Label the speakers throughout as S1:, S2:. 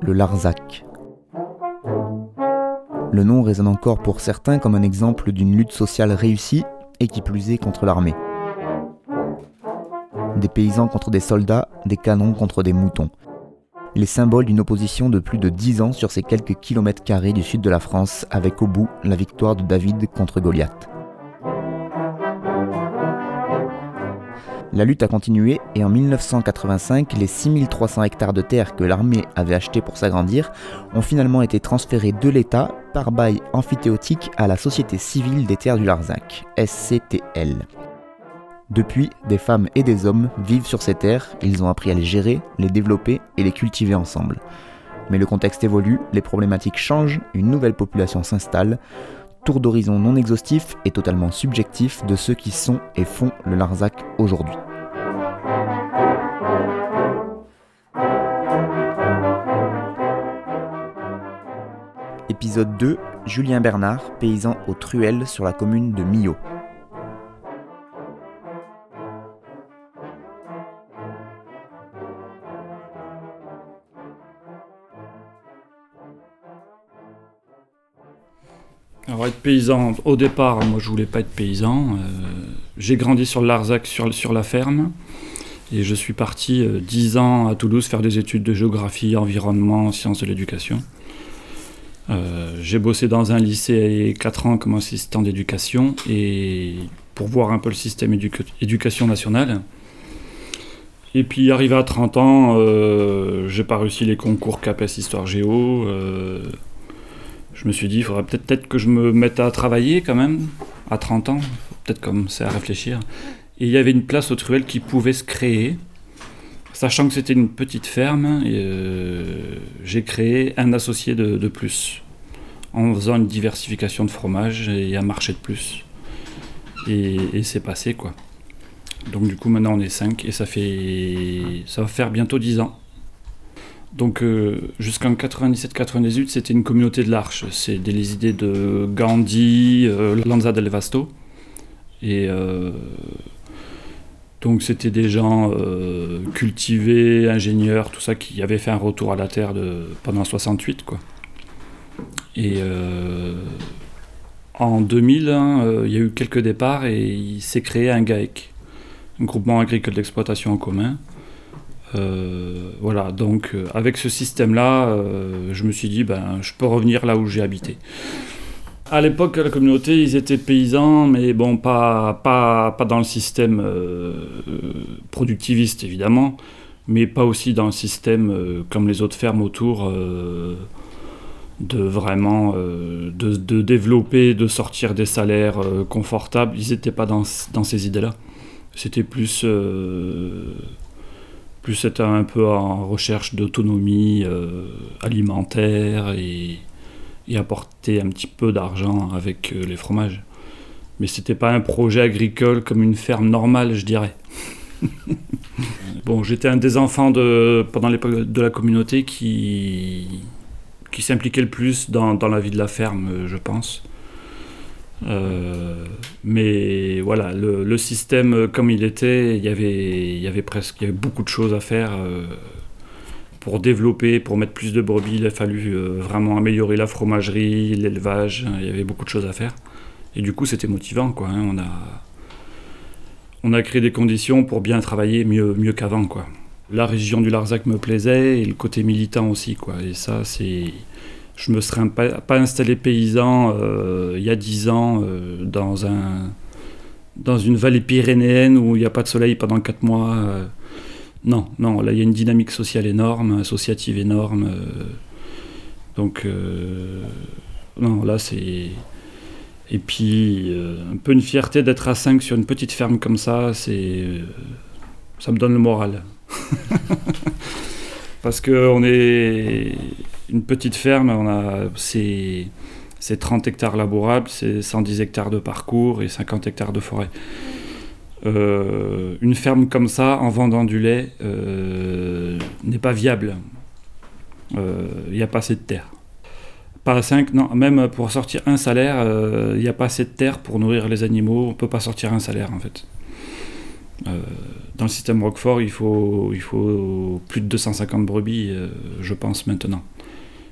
S1: le Larzac. Le nom résonne encore pour certains comme un exemple d'une lutte sociale réussie et qui plus est contre l'armée. Des paysans contre des soldats, des canons contre des moutons. Les symboles d'une opposition de plus de 10 ans sur ces quelques kilomètres carrés du sud de la France, avec au bout la victoire de David contre Goliath. La lutte a continué et en 1985, les 6300 hectares de terre que l'armée avait achetés pour s'agrandir ont finalement été transférés de l'État par bail amphithéotique à la Société civile des terres du Larzac, SCTL. Depuis, des femmes et des hommes vivent sur ces terres, ils ont appris à les gérer, les développer et les cultiver ensemble. Mais le contexte évolue, les problématiques changent, une nouvelle population s'installe. Tour d'horizon non exhaustif et totalement subjectif de ceux qui sont et font le Larzac aujourd'hui. Épisode 2, Julien Bernard, paysan aux Truelles sur la commune de Millau.
S2: Alors être paysan, au départ, moi je voulais pas être paysan. J'ai grandi sur le Larzac, sur la ferme. Et je suis parti 10 ans à Toulouse faire des études de géographie, environnement, sciences de l'éducation. J'ai bossé dans un lycée 4 ans comme assistant d'éducation et pour voir un peu le système éducation nationale. Et puis arrivé à 30 ans, j'ai pas réussi les concours CAPES Histoire Géo. Je me suis dit, il faudrait peut-être que je me mette à travailler quand même, à 30 ans, peut-être commencer à réfléchir. Et il y avait une place aux Truelles qui pouvait se créer, sachant que c'était une petite ferme, j'ai créé un associé de plus, en faisant une diversification de fromage et un marché de plus. Et c'est passé, quoi. Donc du coup, maintenant on est 5 et ça va faire bientôt 10 ans. Donc jusqu'en 97-98, c'était une communauté de l'Arche. C'est les idées de Gandhi, Lanza del Vasto. Et donc c'était des gens cultivés, ingénieurs, tout ça, qui avaient fait un retour à la terre pendant 68, quoi. Et en 2000, il y a eu quelques départs et il s'est créé un GAEC, un groupement agricole d'exploitation en commun. Voilà, donc avec ce système-là, je me suis dit, je peux revenir là où j'ai habité. À l'époque, la communauté, ils étaient paysans, mais bon, pas dans le système productiviste, évidemment, mais pas aussi dans le système comme les autres fermes autour, de vraiment de développer, de sortir des salaires confortables. Ils n'étaient pas dans ces idées-là. C'était plus c'était un peu en recherche d'autonomie alimentaire et apporter un petit peu d'argent avec les fromages. Mais c'était pas un projet agricole comme une ferme normale, je dirais. Bon, j'étais un des enfants pendant l'époque de la communauté qui s'impliquait le plus dans la vie de la ferme, je pense. Mais voilà, le système comme il était, il y avait beaucoup de choses à faire pour développer, pour mettre plus de brebis. Il a fallu vraiment améliorer la fromagerie, l'élevage. Il y avait beaucoup de choses à faire et du coup c'était motivant, quoi, hein. On a créé des conditions pour bien travailler mieux qu'avant, quoi. La région du Larzac me plaisait et le côté militant aussi, quoi. Et ça, je me serais pas installé paysan il y a 10 ans dans une vallée pyrénéenne où il n'y a pas de soleil pendant 4 mois. Non, là il y a une dynamique sociale énorme, associative énorme. Donc, non, là c'est... Et puis, un peu une fierté d'être à 5 sur une petite ferme comme ça, ça me donne le moral. Parce qu'on est une petite ferme, c'est 30 hectares labourables, c'est 110 hectares de parcours et 50 hectares de forêt. Une ferme comme ça, en vendant du lait, n'est pas viable. Il n'y a pas assez de terre. Pas à 5, non, même pour sortir un salaire, il n'y a pas assez de terre pour nourrir les animaux, on ne peut pas sortir un salaire en fait. Dans le système Roquefort, il faut plus de 250 brebis, je pense maintenant.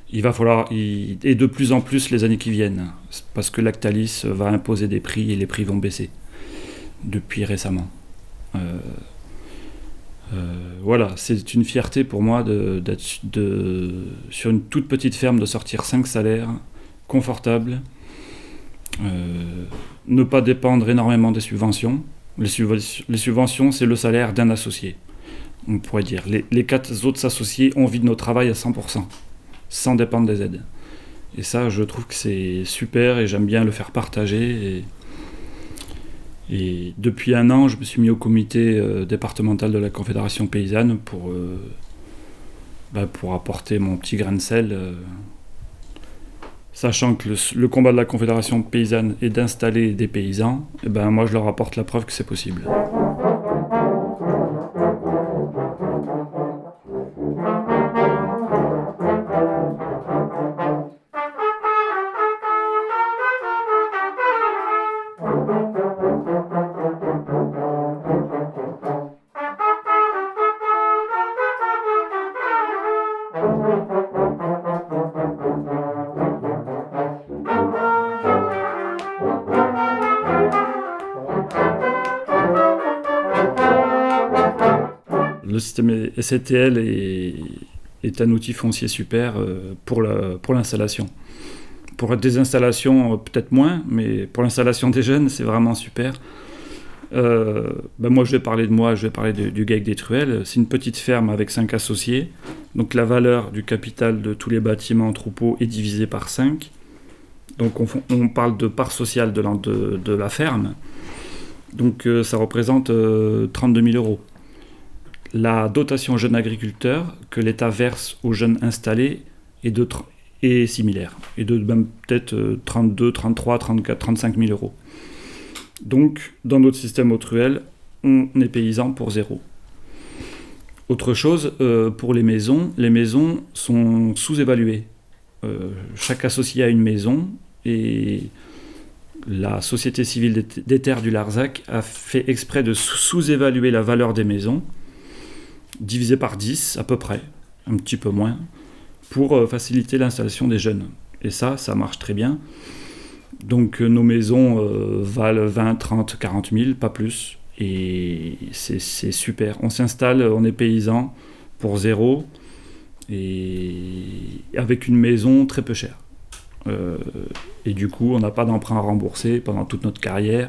S2: Il va falloir, et de plus en plus les années qui viennent, parce que Lactalis va imposer des prix et les prix vont baisser depuis récemment. Voilà, c'est une fierté pour moi d'être sur une toute petite ferme, de sortir 5 salaires confortables, ne pas dépendre énormément des subventions. Les subventions, c'est le salaire d'un associé, on pourrait dire. Les 4 autres associés ont envie de notre travail à 100%, sans dépendre des aides. Et ça, je trouve que c'est super et j'aime bien le faire partager. Et depuis 1 an, je me suis mis au comité départemental de la Confédération paysanne pour apporter mon petit grain de sel. Sachant que le combat de la Confédération paysanne est d'installer des paysans, et moi je leur apporte la preuve que c'est possible. Le système SCTL est un outil foncier super pour l'installation. Pour des installations, peut-être moins, mais pour l'installation des jeunes, c'est vraiment super. Moi, je vais parler de moi, je vais parler du GAEC des Truelles. C'est une petite ferme avec 5 associés. Donc la valeur du capital de tous les bâtiments en troupeau est divisée par 5. Donc on parle de part sociale de la ferme. Donc ça représente 32 000 euros. La dotation jeunes agriculteurs que l'État verse aux jeunes installés est similaire, et de même peut-être 32, 33, 34, 35 000 euros. Donc, dans notre système au Truelles, on est paysan pour 0. Autre chose, pour les maisons sont sous-évaluées. Chaque associé a une maison, et la Société civile des terres du Larzac a fait exprès de sous-évaluer la valeur des maisons, divisé par 10 à peu près, un petit peu moins, pour faciliter l'installation des jeunes. Et ça marche très bien. Donc nos maisons valent 20, 30, 40 000, pas plus. Et c'est super. On s'installe, on est paysan pour 0, et avec une maison très peu chère. Et du coup, on n'a pas d'emprunt à rembourser pendant toute notre carrière.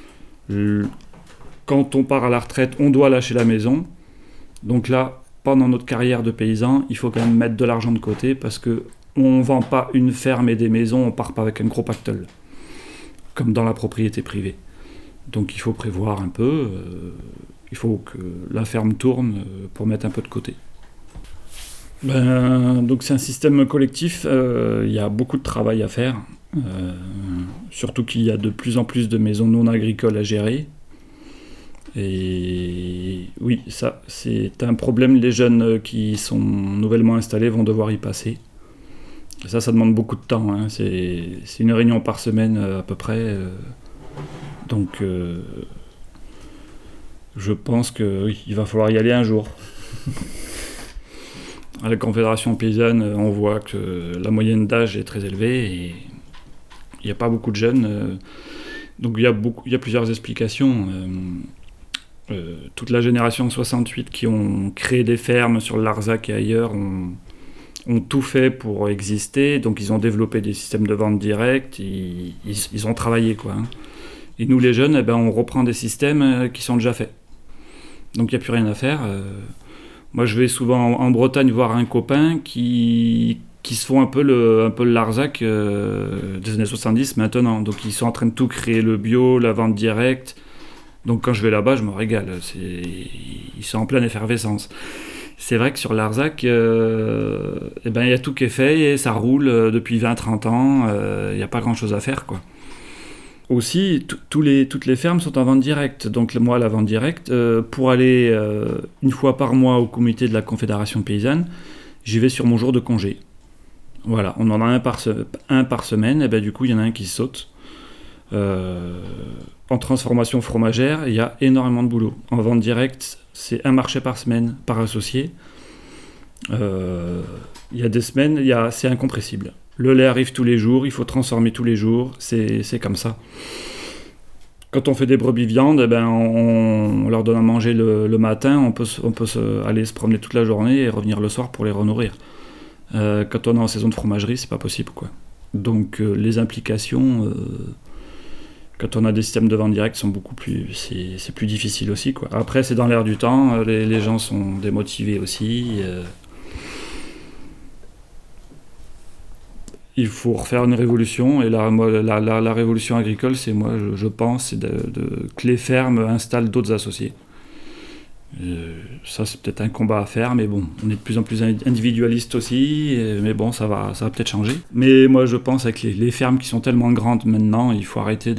S2: Quand on part à la retraite, on doit lâcher la maison. Donc là, pendant notre carrière de paysan, il faut quand même mettre de l'argent de côté, parce qu'on ne vend pas une ferme et des maisons, on ne part pas avec un gros pactole, comme dans la propriété privée. Donc il faut prévoir un peu, il faut que la ferme tourne pour mettre un peu de côté. Donc c'est un système collectif, il y a beaucoup de travail à faire, surtout qu'il y a de plus en plus de maisons non agricoles à gérer. Et oui, ça, c'est un problème. Les jeunes qui sont nouvellement installés vont devoir y passer. Et ça demande beaucoup de temps. Hein. C'est une réunion par semaine à peu près. Donc, je pense qu'il va falloir y aller un jour. À la Confédération paysanne, on voit que la moyenne d'âge est très élevée et il n'y a pas beaucoup de jeunes. Donc, il y a plusieurs explications. Toute la génération 68 qui ont créé des fermes sur le Larzac et ailleurs ont tout fait pour exister, donc ils ont développé des systèmes de vente directe, ils ont travaillé quoi. Hein. Et nous les jeunes, on reprend des systèmes qui sont déjà faits. Donc il n'y a plus rien à faire. Moi je vais souvent en Bretagne voir un copain qui se font un peu le Larzac des années 70 maintenant, donc ils sont en train de tout créer, le bio, la vente directe. Donc quand je vais là-bas, je me régale. Ils sont en pleine effervescence. C'est vrai que sur Larzac, il y a tout qui est fait et ça roule depuis 20-30 ans. Il n'y a pas grand-chose à faire, quoi. Aussi, toutes les fermes sont en vente directe. Donc moi, la vente directe, pour aller une fois par mois au comité de la Confédération paysanne, j'y vais sur mon jour de congé. Voilà, on en a un par semaine, et du coup, il y en a un qui saute. En transformation fromagère, il y a énormément de boulot. En vente directe, c'est un marché par semaine, par associé. Il y a des semaines, c'est incompressible. Le lait arrive tous les jours, il faut transformer tous les jours, c'est comme ça. Quand on fait des brebis viande, on leur donne à manger le matin, on peut aller se promener toute la journée et revenir le soir pour les renourrir. Quand on est en saison de fromagerie, c'est pas possible, quoi. Donc les implications, quand on a des systèmes de vente directe, sont beaucoup plus, c'est plus difficile aussi, quoi. Après, c'est dans l'air du temps, les gens sont démotivés aussi. Il faut refaire une révolution, et la révolution agricole, c'est je pense, c'est que les fermes installent d'autres associés. Ça, c'est peut-être un combat à faire, mais bon, on est de plus en plus individualiste aussi, mais bon, ça va peut-être changer. Mais moi, je pense avec les fermes qui sont tellement grandes maintenant, il faut arrêter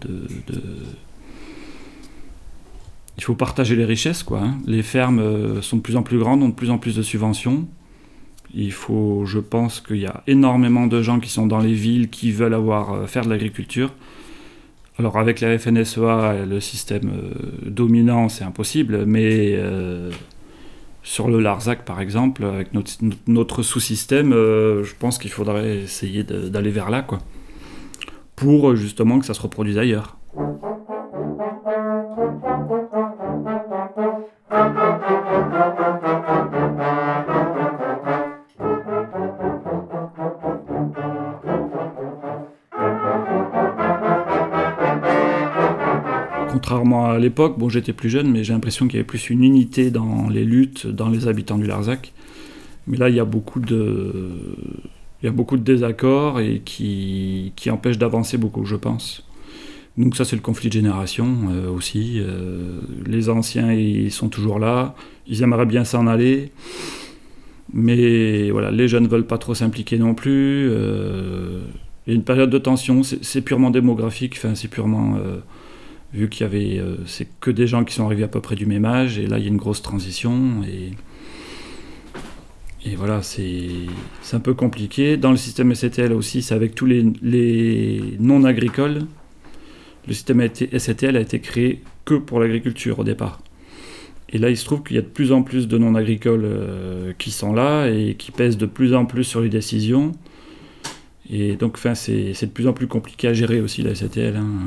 S2: il faut partager les richesses, quoi. Hein. Les fermes sont de plus en plus grandes, ont de plus en plus de subventions. Je pense qu'il y a énormément de gens qui sont dans les villes qui veulent faire de l'agriculture. Alors avec la FNSEA, le système dominant, c'est impossible, mais sur le Larzac, par exemple, avec notre sous-système, je pense qu'il faudrait essayer d'aller vers là, quoi, pour justement que ça se reproduise ailleurs. Contrairement à l'époque, bon, j'étais plus jeune, mais j'ai l'impression qu'il y avait plus une unité dans les luttes, dans les habitants du Larzac. Mais là, il y a beaucoup de désaccords et qui empêchent d'avancer beaucoup, je pense. Donc ça, c'est le conflit de génération aussi. Les anciens, ils sont toujours là. Ils aimeraient bien s'en aller. Mais voilà, les jeunes ne veulent pas trop s'impliquer non plus. Il y a une période de tension. C'est purement démographique. Enfin, c'est purement... vu qu'il y avait... c'est que des gens qui sont arrivés à peu près du même âge. Et là, il y a une grosse transition. Et voilà, c'est un peu compliqué. Dans le système SCTL aussi, c'est avec tous les non-agricoles. Le système SCTL a été créé que pour l'agriculture au départ. Et là, il se trouve qu'il y a de plus en plus de non-agricoles qui sont là et qui pèsent de plus en plus sur les décisions. Et donc, c'est de plus en plus compliqué à gérer aussi la SCTL. Hein.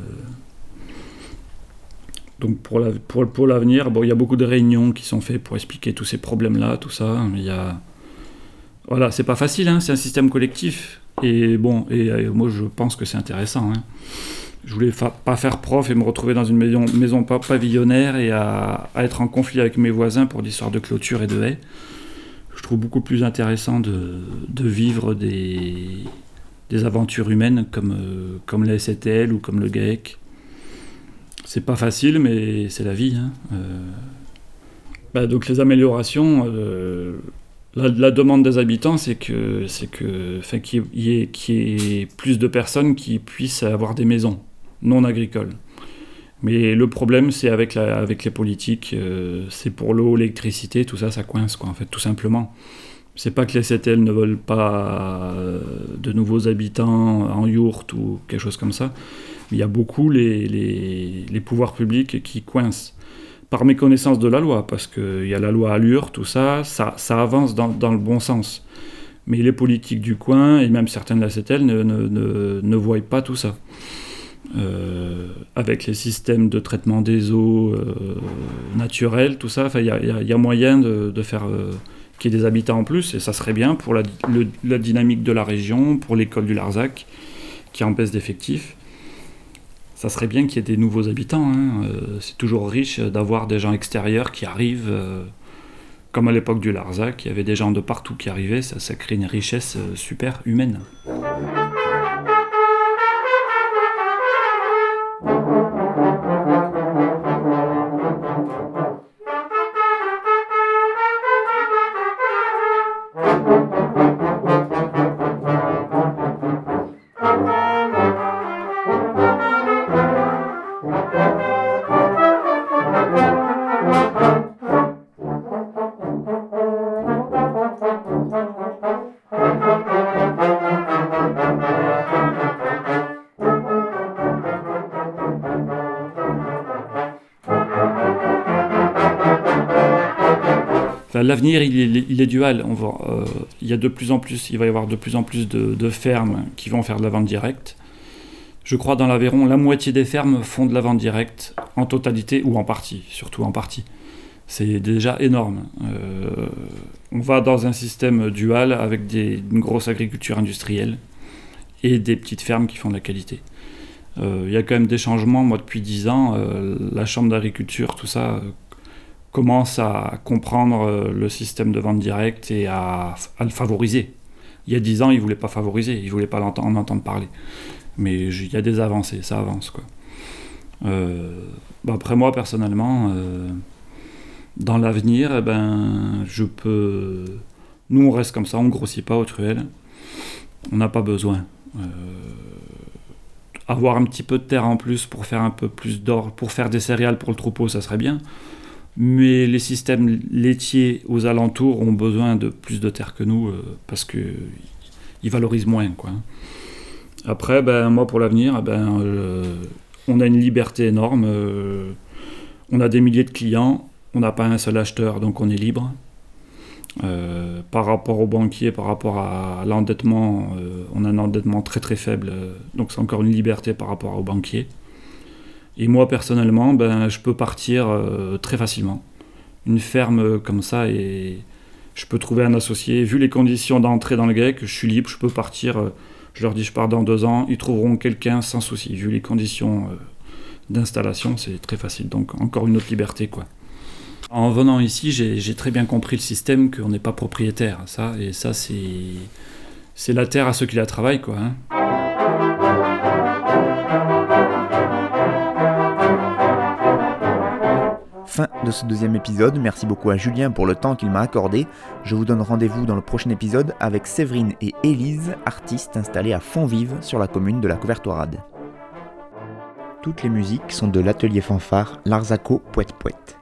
S2: Donc pour l'avenir, bon, il y a beaucoup de réunions qui sont faites pour expliquer tous ces problèmes-là, tout ça. Voilà, c'est pas facile, hein, c'est un système collectif. Et bon, moi je pense que c'est intéressant. Hein. Je voulais pas faire prof et me retrouver dans une maison pavillonnaire et à être en conflit avec mes voisins pour l'histoire de clôture et de haies. Je trouve beaucoup plus intéressant de vivre des aventures humaines comme la SCTL ou comme le GAEC. C'est pas facile, mais c'est la vie. Hein. Donc les améliorations, la demande des habitants, c'est qu'il y ait plus de personnes qui puissent avoir des maisons non agricoles. Mais le problème, c'est avec les politiques, c'est pour l'eau, l'électricité, tout ça, ça coince, quoi, en fait, tout simplement. C'est pas que les SCTL ne veulent pas de nouveaux habitants en yourte ou quelque chose comme ça. Il y a beaucoup les pouvoirs publics qui coincent par méconnaissance de la loi, parce qu'il y a la loi Allure, tout ça, ça avance dans le bon sens. Mais les politiques du coin, et même certains de la SCTL, ne voient pas tout ça. Avec les systèmes de traitement des eaux naturelles, tout ça, il y a moyen de faire qu'il y ait des habitants en plus, et ça serait bien pour la dynamique de la région, pour l'école du Larzac, qui en baisse d'effectifs. Ça serait bien qu'il y ait des nouveaux habitants. Hein. C'est toujours riche d'avoir des gens extérieurs qui arrivent, comme à l'époque du Larzac, il y avait des gens de partout qui arrivaient, ça crée une richesse super humaine. Enfin, l'avenir, il est dual. Il va y avoir de plus en plus de fermes qui vont faire de la vente directe. Je crois dans l'Aveyron, la moitié des fermes font de la vente directe en totalité ou en partie, surtout en partie. C'est déjà énorme. On va dans un système dual avec une grosse agriculture industrielle et des petites fermes qui font de la qualité. Il y a quand même des changements. Moi, depuis 10 ans, la Chambre d'agriculture, tout ça, commence à comprendre le système de vente directe et à le favoriser. Il y a 10 ans, ils ne voulaient pas favoriser, ils ne voulaient pas en entendre parler. Mais il y a des avancées, ça avance, quoi. Après moi, personnellement, dans l'avenir, nous, on reste comme ça, on ne grossit pas au truelle. On n'a pas besoin. Avoir un petit peu de terre en plus pour faire un peu plus d'or, pour faire des céréales pour le troupeau, ça serait bien. Mais les systèmes laitiers aux alentours ont besoin de plus de terre que nous parce qu'ils valorisent moins, quoi. Après, moi, pour l'avenir, on a une liberté énorme. On a des milliers de clients. On n'a pas un seul acheteur, donc on est libre. Par rapport aux banquiers, par rapport à l'endettement, on a un endettement très très faible. Donc c'est encore une liberté par rapport aux banquiers. Et moi, personnellement, je peux partir très facilement. Une ferme comme ça, et je peux trouver un associé. Vu les conditions d'entrée dans le GEC, je suis libre, je peux partir. Je leur dis, je pars dans 2 ans. Ils trouveront quelqu'un sans souci. Vu les conditions d'installation, c'est très facile. Donc, encore une autre liberté, quoi. En venant ici, j'ai très bien compris le système, qu'on n'est pas propriétaire. Ça, c'est la terre à ceux qui la travaillent, quoi.
S1: Fin de ce 2e épisode, merci beaucoup à Julien pour le temps qu'il m'a accordé. Je vous donne rendez-vous dans le prochain épisode avec Séverine et Élise, artistes installés à Fontvive sur la commune de la Couvertoirade. Toutes les musiques sont de l'atelier fanfare Larzaco Pouet Pouet.